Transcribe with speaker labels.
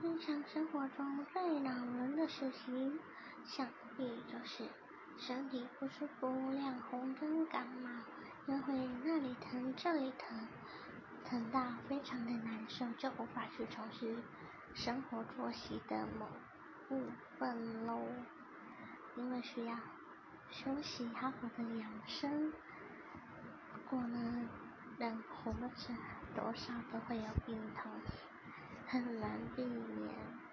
Speaker 1: 日常生活中最恼人的事情，想必就是身体不舒服、亮红灯、感冒，又会那里疼这里疼，疼到非常的难受，就无法去从事生活作息的某部分咯。因为需要休息，好好的养生。不过呢，人活着多少都会有病痛，很难避免。